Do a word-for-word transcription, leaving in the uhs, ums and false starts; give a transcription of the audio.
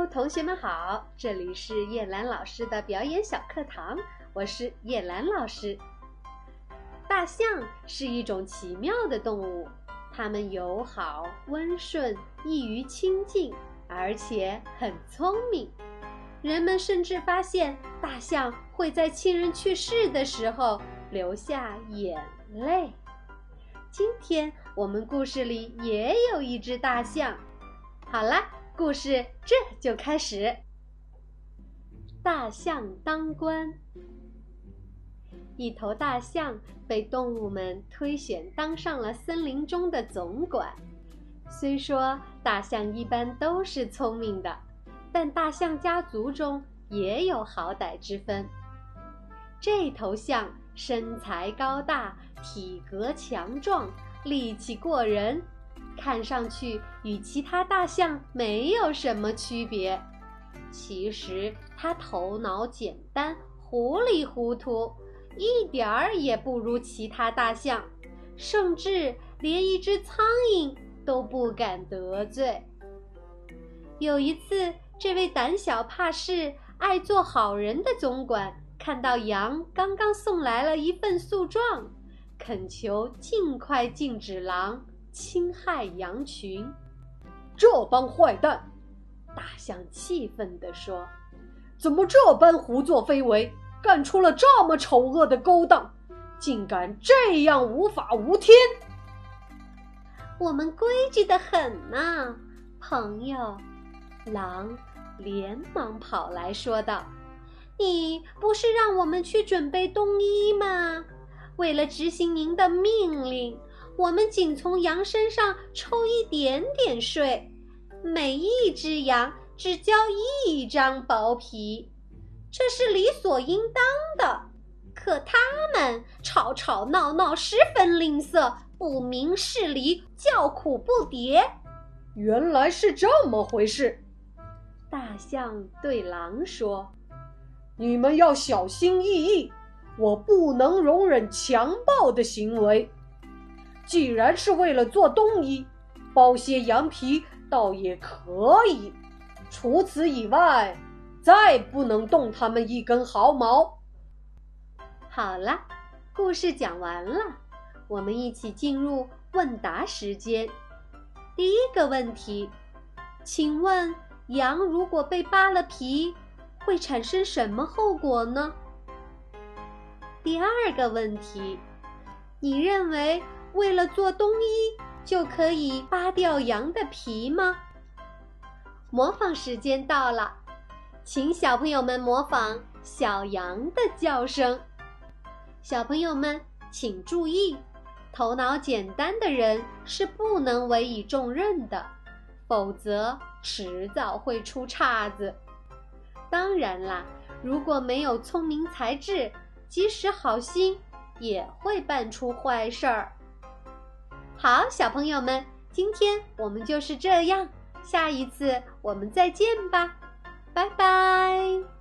同学们好，这里是叶兰老师的表演小课堂，我是叶兰老师。大象是一种奇妙的动物，它们友好、温顺、易于亲近，而且很聪明。人们甚至发现大象会在亲人去世的时候流下眼泪。今天我们故事里也有一只大象。好啦，故事这就开始。大象当官。一头大象被动物们推选当上了森林中的总管。虽说大象一般都是聪明的，但大象家族中也有好歹之分。这头象身材高大，体格强壮，力气过人，看上去与其他大象没有什么区别。其实它头脑简单，糊里糊涂，一点儿也不如其他大象，甚至连一只苍蝇都不敢得罪。有一次，这位胆小怕事、爱做好人的总管看到羊刚刚送来了一份诉状，恳求尽快禁止狼侵害羊群。 这帮坏蛋！ 大象气愤地说， 怎么这般胡作非为，干出了这么丑恶的勾当，竟敢这样无法无天！ 我们规矩得很呐，朋友。狼连忙跑来说道，你不是让我们去准备冬衣吗？为了执行您的命令，我们仅从羊身上抽一点点税，每一只羊只交一张薄皮，这是理所应当的。可他们吵吵闹闹，十分吝啬，不明事理，叫苦不迭。 原来是这么回事。 大象对狼说， 你们要小心翼翼，我不能容忍强暴的行为。既然是为了做冬衣，包些羊皮倒也可以，除此以外，再不能动它们一根毫毛。 好了，故事讲完了，我们一起进入问答时间。第一个问题，请问羊如果被扒了皮，会产生什么后果呢？第二个问题，你认为为了做冬衣就可以扒掉羊的皮吗？模仿时间到了，请小朋友们模仿小羊的叫声。小朋友们请注意，头脑简单的人是不能委以重任的，否则迟早会出岔子。当然啦，如果没有聪明才智，即使好心也会办出坏事儿。好，小朋友们，今天我们就是这样，下一次我们再见吧，拜拜。